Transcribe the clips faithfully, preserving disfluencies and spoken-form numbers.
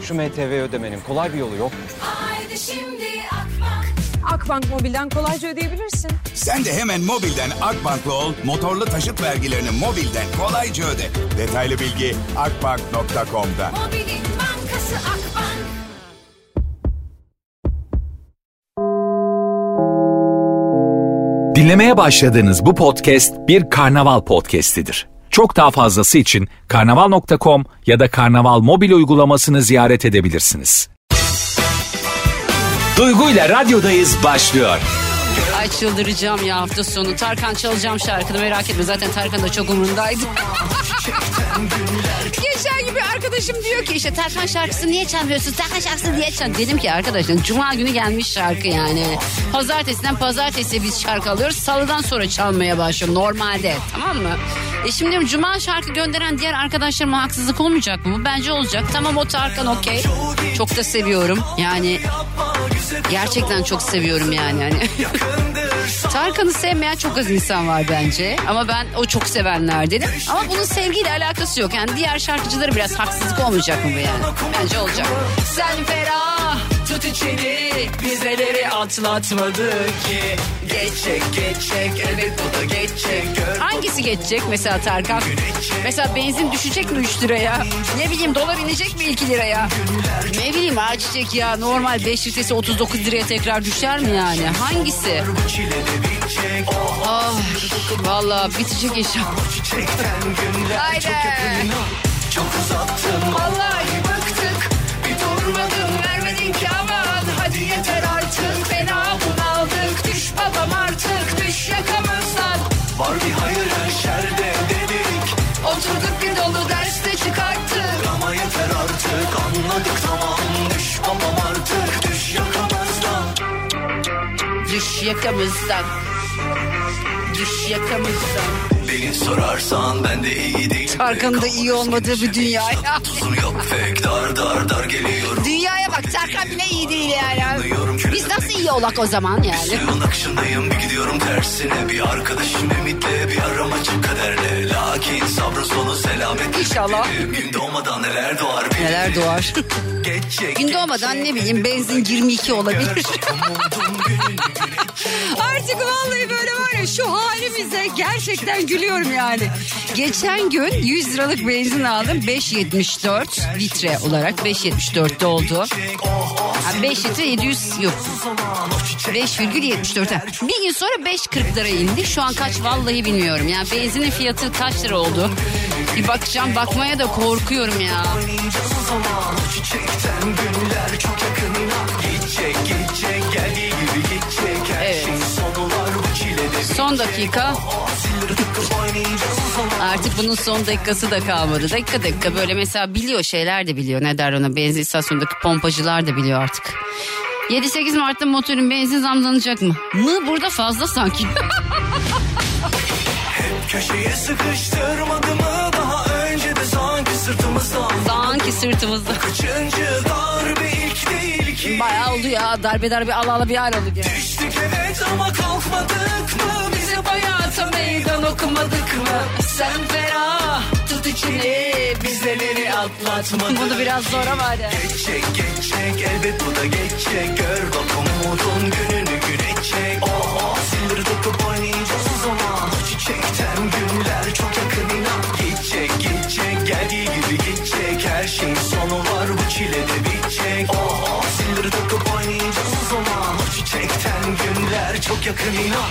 Şu M T V ödemenin kolay bir yolu yok. Haydi şimdi Akbank. Akbank Mobil'den kolayca ödeyebilirsin. Sen de hemen mobilden Akbank'la ol, motorlu taşıt vergilerini mobilden kolayca öde. Detaylı bilgi akbank nokta com'da. Mobilin bankası Akbank. Dinlemeye başladığınız bu podcast bir karnaval podcastidir. Çok daha fazlası için karnaval nokta com ya da karnaval mobil uygulamasını ziyaret edebilirsiniz. Duygu ile radyodayız başlıyor. Ay çıldıracağım ya hafta sonu. Tarkan çalacağım şarkını, merak etme. Zaten Tarkan da çok umurundaydı. Geçen gibi arkadaşım diyor ki işte Tarkan şarkısı niye çalmıyorsun? Tarkan şarkısı niye çalmıyorsun? Dedim ki arkadaşlar cuma günü gelmiş şarkı yani. Pazartesiden pazartesiye biz şarkı alıyoruz. Salıdan sonra çalmaya başlıyor normalde, tamam mı? E şimdi diyorum, cuma şarkı gönderen diğer arkadaşlarıma haksızlık olmayacak mı? Bence olacak. Tamam, o Tarkan okey. Çok da seviyorum. Yani gerçekten çok seviyorum yani. yani. Tarkan'ı sevmeyen çok az insan var bence. Ama ben o çok sevenler dedim. Ama bunun sevgiyle alakası yok. Yani diğer şarkıcılara biraz haksızlık olmayacak mı bu yani? Bence olacak. Sen ferah tut içini, biz neleri atlatmadık ki. Geçecek geçecek, evet bu da geçecek. Hangisi geçecek mesela Tarkan? Mesela benzin düşecek mi üç liraya? Ne bileyim, dolar inecek mi iki liraya? Ne bileyim, ayçiçek ya normal beş litresi otuz dokuz liraya tekrar düşer mi yani? Hangisi? Ah, vallahi bitecek inşallah. Haydi. Vallahi bıktık, bir durmadın vermedin ki aman. Hadi yeter artık, fena bunaldık. Düş babam artık, düş yakamızdan. Var bir hayır her şerde dedik. Oturduk bir dolu derste çıkarttık. Ama yeter artık, anladık tamam. Düş babam artık, düş yakamızdan. Düş yakamızdan. Düş yakamızdan. Beni sorarsan ben de iyi değilim. Tarkan'ın da iyi olmadığı bir dünya ya. Tuzum yok pek, dar dar dar geliyorum. Dünyaya bak, Tarkan bile iyi değil yani. Biz nasıl iyi olak o zaman yani? Suyun akışındayım, bir gidiyorum tersine. Bir arkadaşım ümitle, bir aram açık kaderle. Lakin sabrın sonu selamet. İnşallah. Gün doğmadan neler doğar bilir. Neler doğar? Geçecek, Gün doğmadan ne bileyim benzin yirmi iki olabilir. Artık vallahi böyle var ya, şu halimize gerçekten gülüyorum yani. Geçen gün yüz liralık benzin aldım, beş yetmiş dört litre olarak beş yetmiş dörtte oldu. Yani beş litre yedi yüz yok. beş virgül yetmiş dört. Bir gün sonra beş kırk lira indi. Şu an kaç vallahi bilmiyorum. Yani benzinin fiyatı kaç lira oldu? Bir bakacağım, bakmaya da korkuyorum ya. Evet. Son dakika. Artık bunun son dakikası da kalmadı. Dakika dakika böyle mesela biliyor, şeyler de biliyor. Ne der ona, benzin istasyonundaki pompacılar da biliyor artık. yedi sekiz Mart'ta motorun benzin zamlanacak mı? Mı burada fazla sanki. Hep köşeye sıkıştırmadı mı? Daha önce de sanki sırtımızdan. Sanki sırtımızda. Kaçıncı darbe ilk değil ki. Bayağı oldu ya, darbe darbe ala ala bir hal oldu ya. Düştük evet ama kalkmadık mı? Bize hayata meydan okumadık mı? Sen ferah tut içini, biz neleri atlatmadık. Bunu biraz zor ama hadi. Geçecek geçecek, elbet bu da geçecek. Gör bak umudun gününü güneşecek. Oh sildir dokup oynayacağız o zaman. Çiçekten günler çok yakın inan. Geçecek geçecek, geldiği gibi geçecek. Her şeyin sonu var, bu çile de bitecek. Oh sildir dokup oynayacağız o zaman. Çiçekten günler çok yakın inan.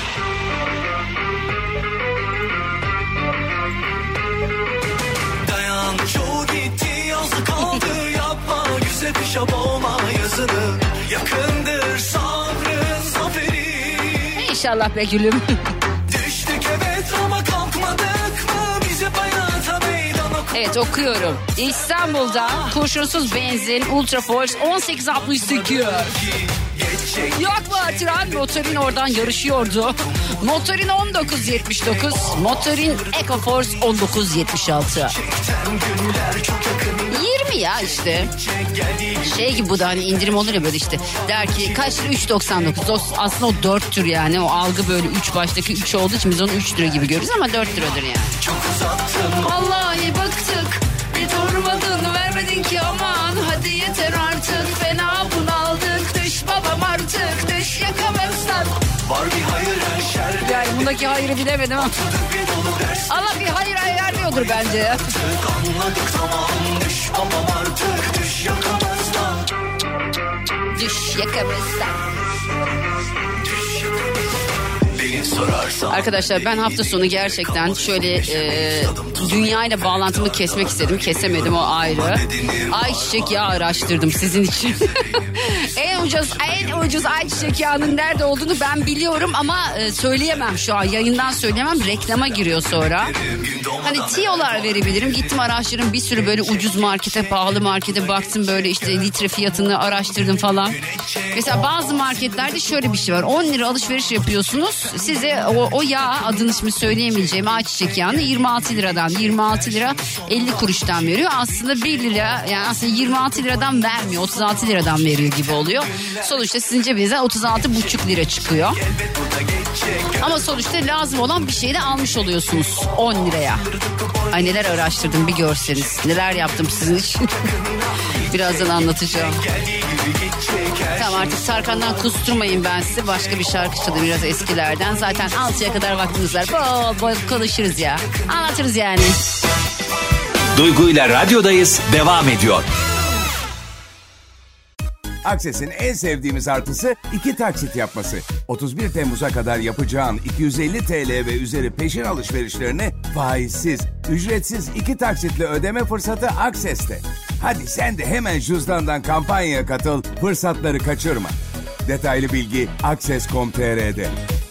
Dayan, çoğu gitti, yazı kaldı. Yapma, güzel kışa boğma yazını. Yakındır sabrın zaferi. İnşallah be gülüm. Düştük evet ama kalkmadık mı? Bize hayata meydan okumadık. Evet, okuyorum. İstanbul'da kurşunsuz benzin Ultra Force on sekiz altmış sekiz. Yok mu artıran? Motorin oradan yarışıyordu. Motorin on dokuz yetmiş dokuz. Motorin EcoForce on dokuz yetmiş altı. yirmi ya işte. Şey gibi bu da hani indirim olur ya böyle işte. Der ki kaç lira? üç doksan dokuz. O, aslında o dört tür yani. O algı böyle üç baştaki üç olduğu için biz onu üç lira gibi görürüz ama dört liradır yani. Vallahi baktık. Bir durmadın vermedin ki aman. Hadi yeter Allah'taki hayırı bilemedim ama. Allah bir hayır hayır vermiyordur bence ya. Anladık tamam düş babam artık düş yakamazdan. Düş yakamazdan. Sorarsan. Arkadaşlar ben hafta sonu gerçekten şöyle e, dünyayla bağlantımı kesmek istedim. Kesemedim, o ayrı. Ayçiçek yağı araştırdım sizin için. en ucuz en ucuz ayçiçek yağının nerede olduğunu ben biliyorum ama e, söyleyemem şu an. Yayından söyleyemem. Reklama giriyor sonra. Hani tiyolar verebilirim. Gittim araştırdım. Bir sürü böyle ucuz markete, pahalı markete baktım. Böyle işte litre fiyatını araştırdım falan. Mesela bazı marketlerde şöyle bir şey var. on lira alışveriş yapıyorsunuz. Size o, o yağ, adını şimdi söyleyemeyeceğim, ayçiçek yağını yirmi altı liradan, yirmi altı lira elli kuruştan veriyor. Aslında bir lira, yani aslında yirmi altı liradan vermiyor, otuz altı liradan veriyor gibi oluyor. Sonuçta sizin cebinize otuz altı buçuk lira çıkıyor. Ama sonuçta lazım olan bir şeyi de almış oluyorsunuz on liraya. Ay neler araştırdım bir görseniz. Neler yaptım sizin için. Birazdan anlatacağım. Tamam, artık Tarkan'dan kusturmayın ben size. Başka bir şarkı çalayım biraz eskilerden. Zaten altıya kadar vaktimiz var. Bol bol konuşuruz ya. Anlatırız yani. Duygu ile radyodayız devam ediyor. Akses'in en sevdiğimiz artısı iki taksit yapması. otuz bir Temmuz'a kadar yapacağın iki yüz elli TL ve üzeri peşin alışverişlerini faizsiz, ücretsiz iki taksitle ödeme fırsatı Akses'te. Hadi sen de hemen cüzdandan kampanyaya katıl, fırsatları kaçırma. Detaylı bilgi akses nokta com nokta tr'de.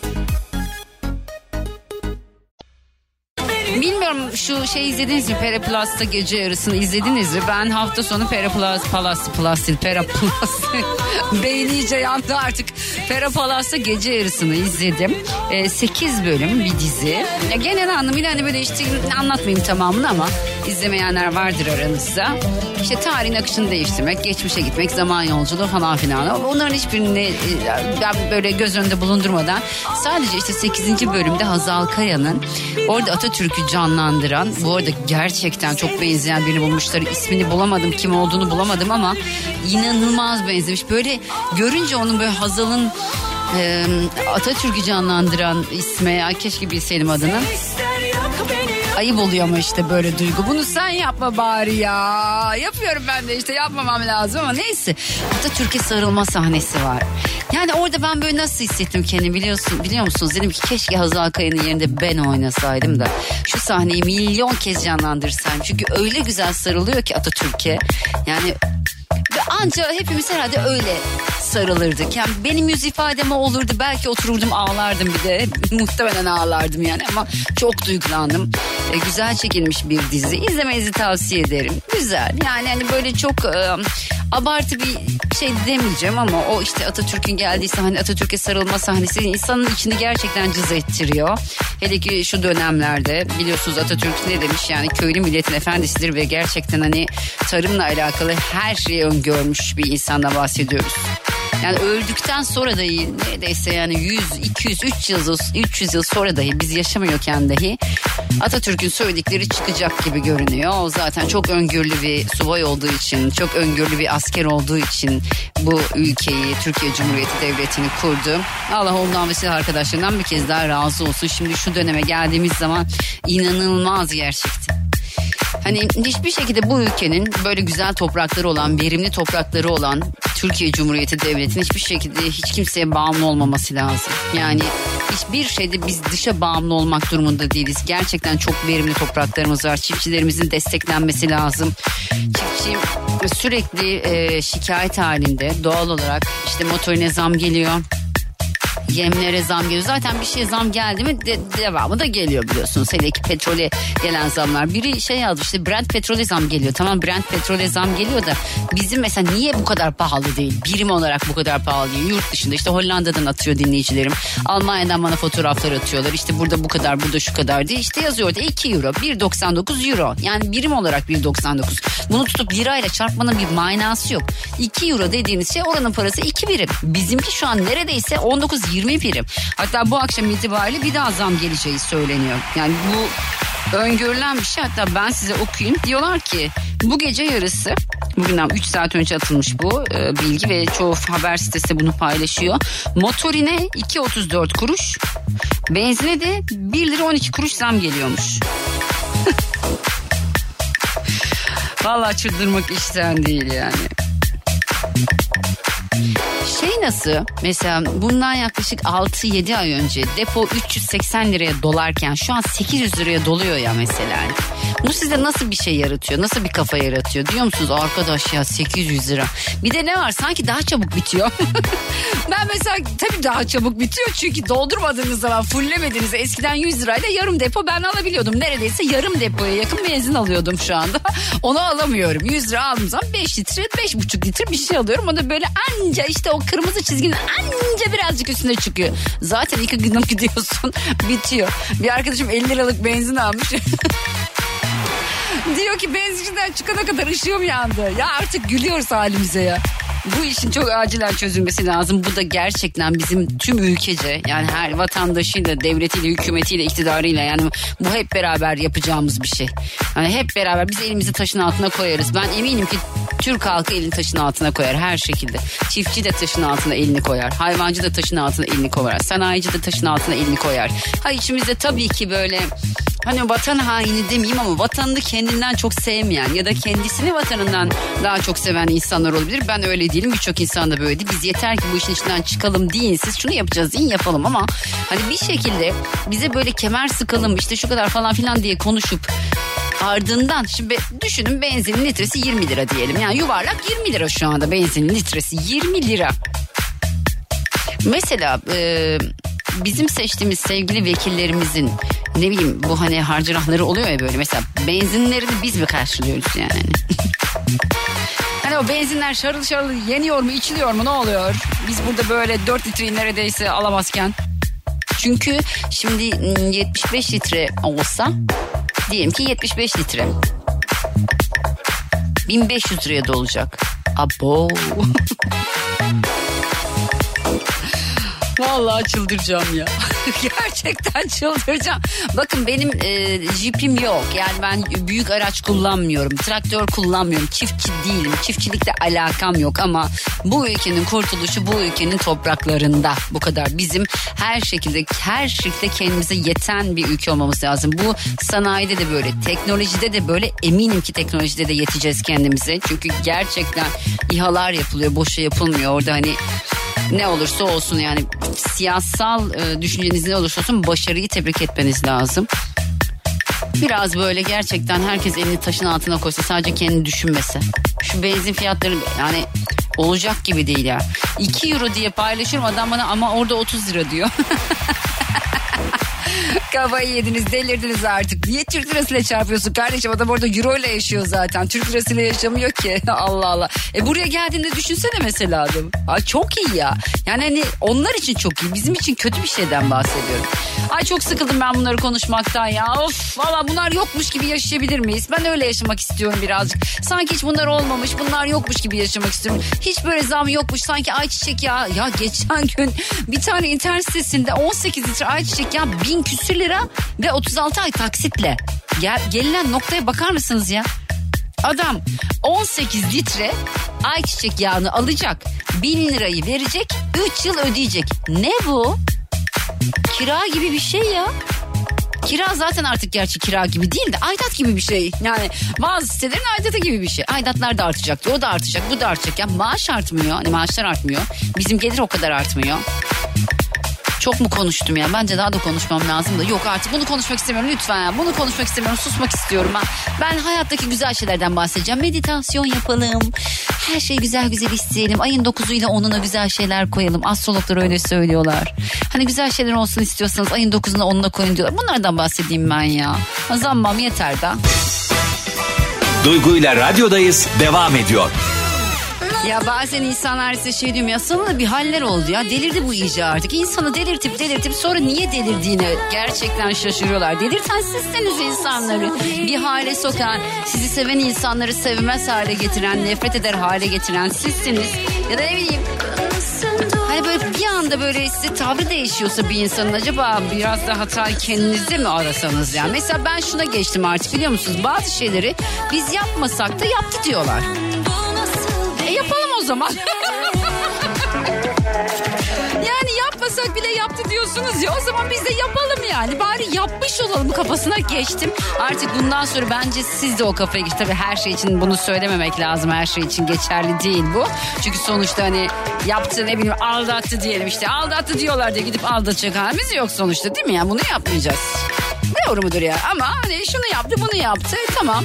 Bilmiyorum, şu şey izlediniz mi? Pera Plus'ta gece yarısını izlediniz mi? Ben hafta sonu Pera Plus, Plus, Plus değil, Pera Plus. Beyni iyice yandı artık. Pera Plus'ta gece yarısını izledim. E, sekiz bölüm bir dizi. Ya, genel anlamıyla hani böyle işte anlatmayayım tamamını ama izlemeyenler vardır aranızda. İşte tarihin akışını değiştirmek, geçmişe gitmek, zaman yolculuğu falan filan. Onların hiçbirini ben böyle göz önünde bulundurmadan sadece işte sekizinci bölümde Hazal Kaya'nın orada Atatürk'ü canlandıran, bu arada gerçekten çok benzeyen birini bulmuşlar. İsmini bulamadım, kim olduğunu bulamadım ama inanılmaz benzemiş. Böyle görünce onun böyle Hazal'ın e, Atatürk'ü canlandıran ismi, ay keşke bilseydim adını. Ayıp oluyor ama işte böyle Duygu. Bunu sen yapma bari ya. Yapıyorum ben de işte, yapmamam lazım ama neyse. Atatürk'e sarılma sahnesi var. Yani orada ben böyle nasıl hissettim kendimi biliyorsun, biliyor musunuz? Dedim ki keşke Hazal Kaya'nın yerinde ben oynasaydım da şu sahneyi milyon kez canlandırsaydım. Çünkü öyle güzel sarılıyor ki Atatürk'e. Yani anca hepimiz herhalde öyle sarılırdık. Yani benim yüz ifadem olurdu. Belki otururdum ağlardım bir de. Muhtemelen ağlardım yani ama çok duygulandım. E, güzel çekilmiş bir dizi. İzlemenizi tavsiye ederim. Güzel. Yani hani böyle çok e, abartı bir şey demeyeceğim ama o işte Atatürk'ün geldiği sahne, Atatürk'e sarılma sahnesi insanın içini gerçekten cız ettiriyor. Hele ki şu dönemlerde biliyorsunuz Atatürk ne demiş, yani köylü milletin efendisidir ve gerçekten hani tarımla alakalı her şeyi öngörmüş bir insandan bahsediyoruz. Yani öldükten sonra dahi neredeyse yani yüz, iki yüz, üç yüz, üç yüz yıl sonra dahi biz yaşamıyorken dahi Atatürk'ün söyledikleri çıkacak gibi görünüyor. O zaten çok öngörülü bir subay olduğu için, çok öngörülü bir asker olduğu için bu ülkeyi, Türkiye Cumhuriyeti Devleti'ni kurdu. Allah ondan ve silah arkadaşlarından bir kez daha razı olsun. Şimdi şu döneme geldiğimiz zaman inanılmaz gerçekten. Hani hiçbir şekilde bu ülkenin böyle güzel toprakları olan, verimli toprakları olan Türkiye Cumhuriyeti Devleti'nin hiçbir şekilde hiç kimseye bağımlı olmaması lazım. Yani hiçbir şeyde biz dışa bağımlı olmak durumunda değiliz. Gerçekten çok verimli topraklarımız var. Çiftçilerimizin desteklenmesi lazım. Çiftçi sürekli e, şikayet halinde, doğal olarak işte motorine zam geliyor. Yemlere zam geliyor. Zaten bir şeye zam geldi mi de, devamı da geliyor biliyorsunuz. Hele ki petrole gelen zamlar. Biri şey yazmış işte Brent petrole zam geliyor. Tamam, Brent petrole zam geliyor da bizim mesela niye bu kadar pahalı değil? Birim olarak bu kadar pahalı değil. Yurt dışında işte Hollanda'dan atıyor dinleyicilerim. Almanya'dan bana fotoğraflar atıyorlar. İşte burada bu kadar, burada şu kadar diye. İşte yazıyor orada iki euro, bir doksan dokuz euro. Yani birim olarak bir doksan dokuz. Bunu tutup lirayla çarpmanın bir manası yok. iki euro dediğiniz şey oranın parası iki birim. Bizimki şu an neredeyse on dokuz yirmi birim. Hatta bu akşam itibariyle bir daha zam geleceği söyleniyor. Yani bu öngörülen bir şey. Hatta ben size okuyayım. Diyorlar ki bu gece yarısı, bugünden üç saat önce atılmış bu e, bilgi ve çoğu haber sitesi bunu paylaşıyor. Motorine iki otuz dört kuruş, benzine de bir lira on iki kuruş zam geliyormuş. Vallahi çıldırmak işten değil yani. Şey nasıl? Mesela bundan yaklaşık altı yedi ay önce depo üç yüz seksen liraya dolarken şu an sekiz yüz liraya doluyor ya mesela. Bu size nasıl bir şey yaratıyor? Nasıl bir kafa yaratıyor? Diyor musunuz arkadaş ya sekiz yüz lira. Bir de ne var? Sanki daha çabuk bitiyor. Ben mesela tabii daha çabuk bitiyor. Çünkü doldurmadığınız zaman, fullemediğinizde eskiden yüz lirayla yarım depo ben alabiliyordum. Neredeyse yarım depoya yakın benzin alıyordum şu anda. Onu alamıyorum. yüz lira aldığım zaman beş litre, beş buçuk litre bir şey alıyorum. O da böyle anca işte o kırmızı çizginin anca birazcık üstüne çıkıyor. Zaten iki gün gidiyorsun bitiyor. Bir arkadaşım elli liralık benzin almış. Diyor ki benzinciden çıkana kadar ışığım yandı. Ya artık gülüyoruz halimize ya. Bu işin çok acilen çözülmesi lazım. Bu da gerçekten bizim tüm ülkece, yani her vatandaşıyla, devletiyle, hükümetiyle, iktidarıyla, yani bu hep beraber yapacağımız bir şey. Yani hep beraber biz elimizi taşın altına koyarız. Ben eminim ki Türk halkı elini taşın altına koyar her şekilde. Çiftçi de taşın altına elini koyar. Hayvancı da taşın altına elini koyar. Sanayici de taşın altına elini koyar. Ha içimizde tabii ki böyle... Hani vatan haini demeyeyim ama vatanını kendinden çok sevmeyen ya da kendisini vatanından daha çok seven insanlar olabilir. Ben öyle değilim. Birçok insan da böyleydi. Biz yeter ki bu işin içinden çıkalım deyin. Siz şunu yapacağız deyin yapalım ama hani bir şekilde bize böyle kemer sıkalım işte şu kadar falan filan diye konuşup ardından şimdi düşünün benzinin litresi yirmi lira diyelim. Yani yuvarlak yirmi lira şu anda benzinin litresi yirmi lira. Mesela e, bizim seçtiğimiz sevgili vekillerimizin ne bileyim bu hani harcırahları oluyor ya böyle mesela benzinlerini biz mi karşılıyoruz yani? Hani o benzinler şarıl şarıl yeniyor mu içiliyor mu ne oluyor? Biz burada böyle dört litreyi neredeyse alamazken. Çünkü şimdi yetmiş beş litre olsa diyelim ki yetmiş beş litre bin beş yüz liraya da olacak. Abo. Vallahi çıldıracağım ya. Gerçekten çıldıracağım. Bakın benim e, jipim yok. Yani ben büyük araç kullanmıyorum. Traktör kullanmıyorum. Çiftçi değilim. Çiftçilikle alakam yok ama bu ülkenin kurtuluşu bu ülkenin topraklarında. Bu kadar. Bizim her şekilde her şekilde kendimize yeten bir ülke olmamız lazım. Bu sanayide de böyle, teknolojide de böyle, eminim ki teknolojide de yeteceğiz kendimize. Çünkü gerçekten İHA'lar yapılıyor. Boşa yapılmıyor. Orada hani ne olursa olsun yani siyasal e, düşünceniz ne olursa olsun başarıyı tebrik etmeniz lazım. Biraz böyle gerçekten herkes elini taşın altına koysa, sadece kendini düşünmese. Şu benzin fiyatları yani olacak gibi değil ya. iki euro diye paylaşıyorum, adam bana ama orada otuz lira diyor. Kafayı yediniz, delirdiniz artık. Niye Türk lirasıyla çarpıyorsun kardeşim? Adam orada euro ile yaşıyor zaten. Türk lirasıyla yaşamıyor ki. Allah Allah. E buraya geldiğinde düşünsene mesela adam. Ay çok iyi ya. Yani hani onlar için çok iyi. Bizim için kötü bir şeyden bahsediyorum. Ay çok sıkıldım ben bunları konuşmaktan ya. Of valla bunlar yokmuş gibi yaşayabilir miyiz? Ben öyle yaşamak istiyorum birazcık. Sanki hiç bunlar olmamış, bunlar yokmuş gibi yaşamak istiyorum. Hiç böyle zam yokmuş. Sanki ayçiçek ya. Ya geçen gün bir tane internet sitesinde on sekiz litre ayçiçek ya bin küsür lira ve otuz altı ay taksitle. Gel, gelinen noktaya bakar mısınız ya? Adam on sekiz litre ayçiçek yağını alacak, bin lirayı verecek, üç yıl ödeyecek. Ne bu? Kira gibi bir şey ya. Kira zaten artık gerçi kira gibi değil de aidat gibi bir şey. Yani bazı sitelerin aidatı gibi bir şey. Aidatlar da artacak diyor, o da artacak, bu da artacak. Ya maaş artmıyor, hani maaşlar artmıyor. Bizim gelir o kadar artmıyor. Çok mu konuştum ya? Bence daha da konuşmam lazım da. Yok artık bunu konuşmak istemiyorum lütfen ya. Bunu konuşmak istemiyorum. Susmak istiyorum ben. Ben hayattaki güzel şeylerden bahsedeceğim. Meditasyon yapalım. Her şeyi güzel güzel isteyelim. Ayın dokuzuyla onuna güzel şeyler koyalım. Astrologlar öyle söylüyorlar. Hani güzel şeyler olsun istiyorsanız ayın dokuzuna onuna koyun diyorlar. Bunlardan bahsedeyim ben ya. Zammam yeter da. Duygu ile radyodayız devam ediyor. Ya bazen insanlar size şey diyorum ya, sana da bir haller oldu ya, delirdi bu iyice artık. İnsanı delirtip delirtip sonra niye delirdiğine gerçekten şaşırıyorlar. Delirten sizsiniz insanları. Bir hale sokan, sizi seven insanları sevmez hale getiren, nefret eder hale getiren sizsiniz. Ya da ne bileyim Hani böyle bir anda böyle size tavrı değişiyorsa bir insanın, acaba biraz da hatayı kendinizde mi arasanız ya? Mesela ben şuna geçtim artık, biliyor musunuz? Bazı şeyleri biz yapmasak da yaptı diyorlar. E yapalım o zaman. Yani yapmasak bile yaptı diyorsunuz ya, o zaman biz de yapalım yani. Bari yapmış olalım kafasına geçtim. Artık bundan sonra bence siz de o kafaya geçin. Tabii her şey için bunu söylememek lazım. Her şey için geçerli değil bu. Çünkü sonuçta hani yaptı, ne bileyim aldattı diyelim işte. Aldattı diyorlar diye gidip aldatacak halimiz yok sonuçta, değil mi ya? Bunu yapmayacağız. Doğru mudur ya? Ama hani şunu yaptı, bunu yaptı. E, tamam.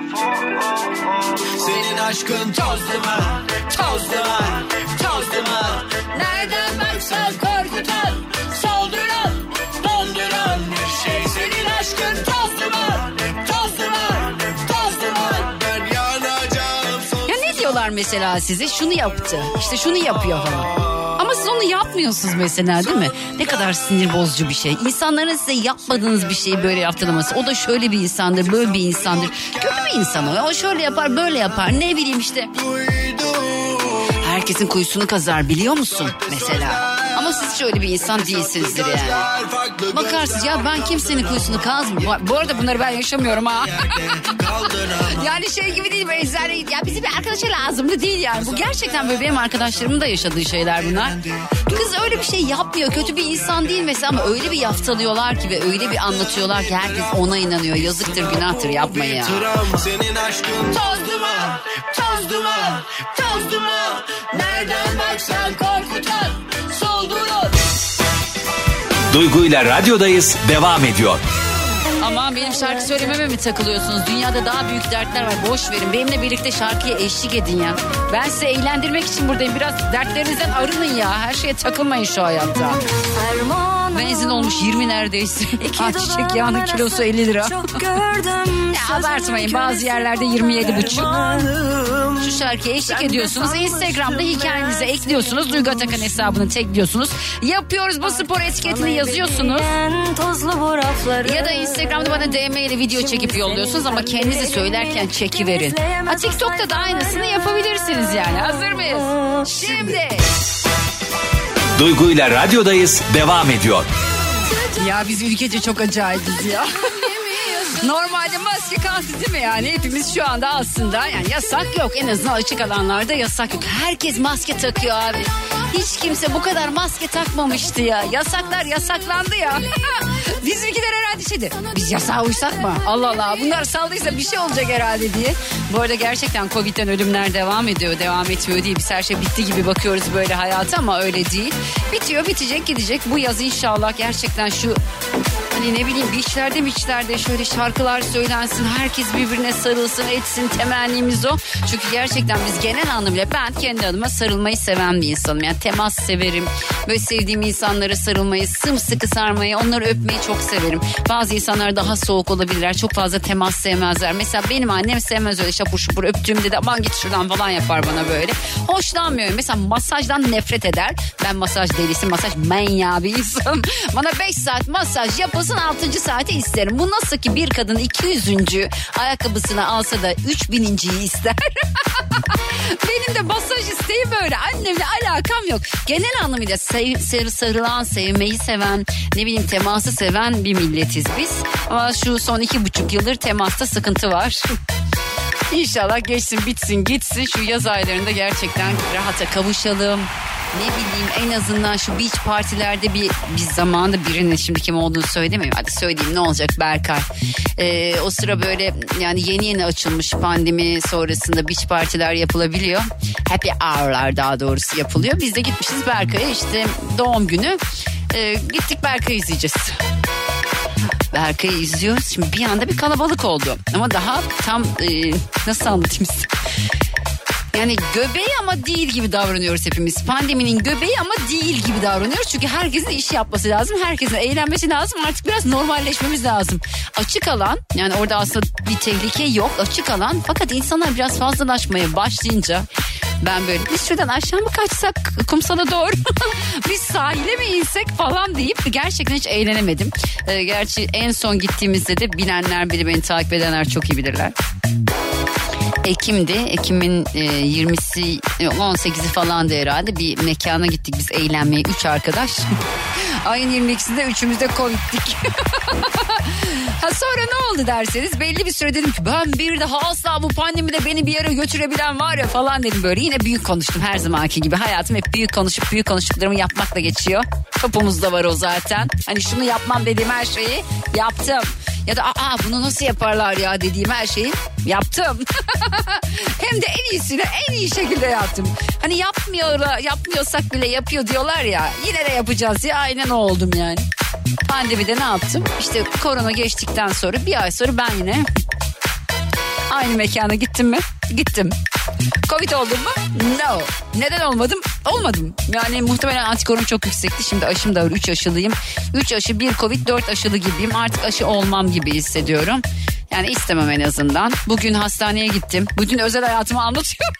Senin aşkın toz duman, toz duman, toz duman. Nereden baksan korkutan, solduran, donduran bir şey. Senin aşkın toz duman, toz duman, toz duman. Ben yanacağım. Ya ne diyorlar mesela size? Şunu yaptı, işte şunu yapıyor falan. Ama siz onu yapmıyorsunuz mesela, değil mi? Ne kadar sinir bozucu bir şey. İnsanların size yapmadığınız bir şeyi böyle yaptırması. O da şöyle bir insandır, böyle bir insandır. Kötü bir insan o. O şöyle yapar, böyle yapar. Ne bileyim işte. Herkesin kuyusunu kazar, biliyor musun mesela? Ama siz şöyle bir insan değilsinizdir yani. Bakarsınız ya, ben kimsenin kuyusunu kazmıyorum. Bu arada bunları ben yaşamıyorum ha. Yani şey gibi değil, böyle eczane git. Ya bize bir arkadaşa lazımdı değil yani. Bu gerçekten böyle benim arkadaşlarımın da yaşadığı şeyler bunlar. Kız öyle bir şey yapmıyor. Kötü bir insan değil mesela, ama öyle bir yaftalıyorlar ki ve öyle bir anlatıyorlar ki herkes ona inanıyor. Yazıktır, günahtır, yapmayın ya. Senin aşkın toz duman, toz duman, toz duman. Nereden baksan korkutan, solduran. Duygu ile radyodayız devam ediyor. Aman benim şarkı söylememe mi takılıyorsunuz? Dünyada daha büyük dertler var. Boş verin. Benimle birlikte şarkıya eşlik edin ya. Ben size eğlendirmek için buradayım. Biraz dertlerinizden arının ya. Her şeye takılmayın şu hayatta. Benzin olmuş yirmi neredeyse. Ayçiçek yağının kilosu elli lira. Ya abartmayın. Bazı yerlerde yirmi yedi buçuk. Şu şarkıya eşlik ediyorsunuz. Instagram'da hikayenize ekliyorsunuz. Duygu Atakan hesabını tekliyorsunuz. Yapıyoruz bu spor etiketini yazıyorsunuz. Ya da Instagram'da bana D M ile video çekip yolluyorsunuz, ama kendinizi söylerken çekiverin. Ha, TikTok'ta da aynısını yapabilirsiniz yani. Hazır mıyız? Şimdi. Duygu ile radyodayız devam ediyor. Ya biz ülkece çok acayibiz ya. Normalde maske kanunu değil mi yani? Hepimiz şu anda aslında yani yasak yok. En azından açık alanlarda yasak yok. Herkes maske takıyor abi. Hiç kimse bu kadar maske takmamıştı ya. Yasaklar yasaklandı ya. Bizimkiler herhalde şeydi. Biz yasağa uysak mı? Allah Allah, bunlar saldıysa bir şey olacak herhalde diye. Bu arada gerçekten Covid'den ölümler devam ediyor. Devam etmiyor değil. Biz her şey bitti gibi bakıyoruz böyle hayata, ama öyle değil. Bitiyor, bitecek, gidecek. Bu yaz inşallah gerçekten şu... Hani ne bileyim beachlerde beachlerde şöyle şarkılar söylensin, herkes birbirine sarılsın, etsin, temennimiz o. Çünkü gerçekten biz genel anlamıyla, ben kendi adıma sarılmayı seven bir insanım. Yani temas severim. Böyle sevdiğim insanlara sarılmayı, sımsıkı sarmayı, onları öpmeyi çok severim. Bazı insanlar daha soğuk olabilirler. Çok fazla temas sevmezler. Mesela benim annem sevmez öyle şapur şupur öptüğümde de aman git şuradan falan yapar bana böyle. Hoşlanmıyorum. Mesela masajdan nefret eder. Ben masaj delisi, masaj manyağı bir insanım. Bana beş saat masaj yapılsın, altıncı saati isterim. Bu nasıl ki bir kadın iki yüzüncü ayakkabısını alsa da üç bininciyi ister. Benim de masaj isteği böyle. Annemle alakam yok. Genel anlamıyla sev, sev, sarılan, sevmeyi seven, ne bileyim teması seven bir milletiz biz. Ama şu son iki buçuk yıldır temasta sıkıntı var. İnşallah geçsin, bitsin, gitsin. Şu yaz aylarında gerçekten rahata kavuşalım. Ne bileyim, en azından şu beach partilerde bir, bir zamanda birinin, şimdi kim olduğunu söylemeyeyim. Hadi söyleyeyim, ne olacak, Berkay. Ee, o sıra böyle yani yeni yeni açılmış, pandemi sonrasında beach partiler yapılabiliyor. Happy hour'lar daha doğrusu yapılıyor. Biz de gitmişiz Berkay'a, işte doğum günü. Ee, gittik Berkay'ı izleyeceğiz. Berkay'ı izliyoruz. Şimdi bir anda bir kalabalık oldu. Ama daha tam e, nasıl anlatayım size? Yani göbeği ama değil gibi davranıyoruz hepimiz. Pandeminin göbeği ama değil gibi davranıyoruz. Çünkü herkesin iş yapması lazım. Herkesin eğlenmesi lazım. Artık biraz normalleşmemiz lazım. Açık alan, yani orada aslında bir tehlike yok. Açık alan, fakat insanlar biraz fazlalaşmaya başlayınca ben böyle biz şuradan aşağı mı kaçsak kumsala doğru biz sahile mi insek falan deyip gerçekten hiç eğlenemedim. Ee, gerçi en son gittiğimizde de bilenler, biri beni takip edenler çok iyi bilirler. Ekim'di. Ekim'in e, yirmisi, on sekizi falandı herhalde. Bir mekana gittik biz eğlenmeye. Üç arkadaş. Ayın yirmi ikisinde üçümüz de Covid'dik. Ha sonra ne oldu derseniz belli bir süre dedim ki ben bir daha asla bu pandemide beni bir yere götürebilen var ya falan dedim böyle. Yine büyük konuştum her zamanki gibi. Hayatım hep büyük konuşup büyük konuştuklarımı yapmakla geçiyor. Topumuzda var o zaten. Hani şunu yapmam dediğim her şeyi yaptım. Ya da aa bunu nasıl yaparlar ya dediğim her şeyi yaptım. Hem de en iyisini en iyi şekilde yaptım. Hani yapmıyorlar, yapmıyorsak bile yapıyor diyorlar ya. Yine de yapacağız ya, aynen o oldum yani. Pandemide ne yaptım? İşte korona geçtikten sonra bir ay sonra ben yine aynı mekana gittim mi? Gittim. Covid oldum mu? No. Neden olmadım? Olmadım. Yani muhtemelen antikorum çok yüksekti. Şimdi aşım da var. üç aşılıyım. üç aşı, bir Covid, dört aşılı gibiyim. Artık aşı olmam gibi hissediyorum. Yani istemem en azından. Bugün hastaneye gittim. Bugün özel hayatımı anlatıyorum.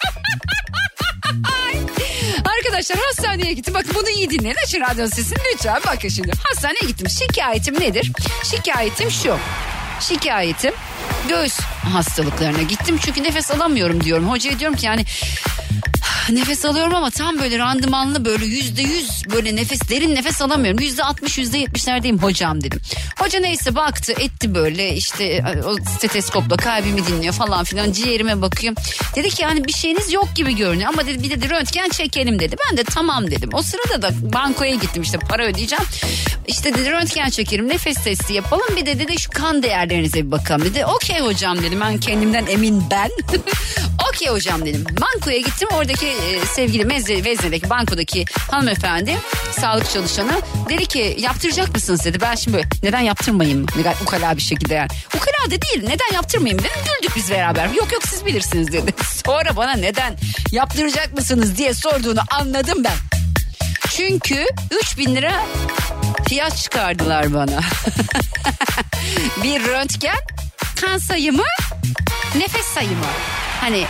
Arkadaşlar hastaneye gittim. Bakın bunu iyi dinleyin. Açın radyo sesini lütfen. Bakın şimdi. Hastaneye gittim. Şikayetim nedir? Şikayetim şu. Şikayetim göğüs hastalıklarına gittim. Çünkü nefes alamıyorum diyorum. Hocaya diyorum ki yani nefes alıyorum ama tam böyle randımanlı böyle yüzde yüz böyle nefes derin nefes alamıyorum. Yüzde altmış yüzde yetmişlerdeyim hocam dedim. Hoca neyse baktı etti böyle işte o steteskopla kalbimi dinliyor falan filan, ciğerime bakıyor. Dedi ki yani bir şeyiniz yok gibi görünüyor ama dedi bir dedi röntgen çekelim dedi. Ben de tamam dedim. O sırada da bankoya gittim işte para ödeyeceğim. İşte dedi röntgen çekelim, nefes testi yapalım, bir de dedi şu kan değerlerinize bir bakalım dedi. Okey hocam dedim, ben kendimden emin ben. Okey hocam dedim. Bankoya gittim, oradaki e, sevgili mezle, veznedeki bankodaki hanımefendi sağlık çalışanı dedi ki yaptıracak mısınız dedi. Ben şimdi böyle neden yaptırmayayım mı? Ne kadar ukala bir şekilde yani. Ukala da değil, neden yaptırmayayım dedim. Güldük biz beraber. Yok yok siz bilirsiniz dedi. Sonra bana neden yaptıracak mısınız diye sorduğunu anladım ben. Çünkü üç bin lira fiyat çıkardılar bana. Bir röntgen, kan sayımı, nefes sayımı. Hani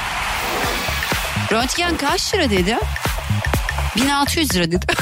röntgen kaç lira dedi? bin altı yüz lira dedi.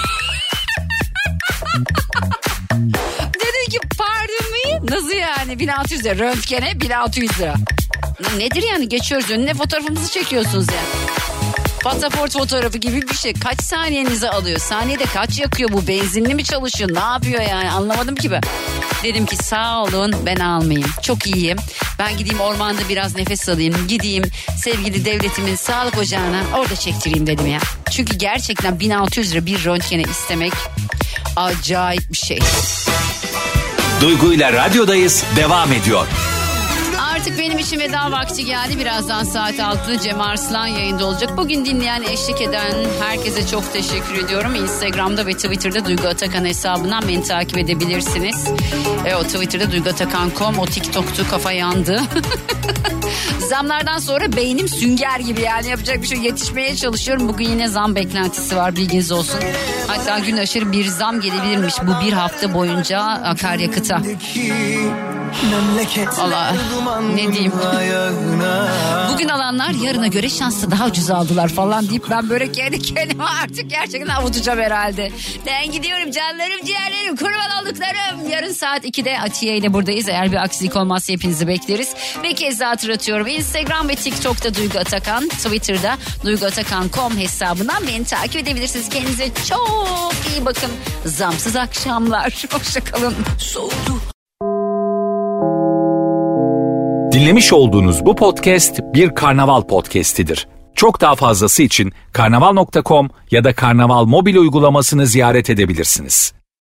Dedi ki pardon mu? Nasıl yani bin altı yüz lira? Röntgene bin altı yüz lira. Nedir yani, geçiyoruz önüne fotoğrafımızı çekiyorsunuz yani. Pasaport fotoğrafı gibi bir şey. Kaç saniyenizi alıyor? Saniyede kaç yakıyor bu? Benzinli mi çalışıyor? Ne yapıyor yani? Anlamadım ki ben. Dedim ki sağ olun ben almayayım. Çok iyiyim. Ben gideyim ormanda biraz nefes alayım. Gideyim sevgili devletimin sağlık ocağına orada çektireyim dedim ya. Çünkü gerçekten bin altı yüz lira bir röntgene istemek acayip bir şey. Duygu ile radyodayız devam ediyor. Artık benim için veda vakti geldi. Birazdan saat altıda Cem Arslan yayında olacak. Bugün dinleyen, eşlik eden herkese çok teşekkür ediyorum. Instagram'da ve Twitter'da Duygu Atakan hesabından beni takip edebilirsiniz. E, o Twitter'da duygu atakan nokta com, o TikTok'tu, kafa yandı. Zamlardan sonra beynim sünger gibi, yani yapacak bir şey, yetişmeye çalışıyorum. Bugün yine zam beklentisi var, bilginiz olsun. Hatta gün aşırı bir zam gelebilirmiş bu bir hafta boyunca akaryakıta. Allah ne diyeyim. Bugün alanlar yarına göre şanslı daha ucuz aldılar falan deyip ben böyle kendi kendime artık gerçekten avutacağım herhalde. Ben gidiyorum canlarım ciğerlerim kurban olduklarım. Yarın saat ikide Atiye ile buradayız. Eğer bir aksilik olmazsa hepinizi bekleriz. Bir kez daha hatırlatıyorum. Instagram ve TikTok'ta Duygu Atakan, Twitter'da duygu atakan nokta com hesabından beni takip edebilirsiniz. Kendinize çok iyi bakın. Zamsız akşamlar. Hoşçakalın. Soğudu. Dinlemiş olduğunuz bu podcast bir Karnaval podcastidir. Çok daha fazlası için karnaval nokta com ya da Karnaval mobil uygulamasını ziyaret edebilirsiniz.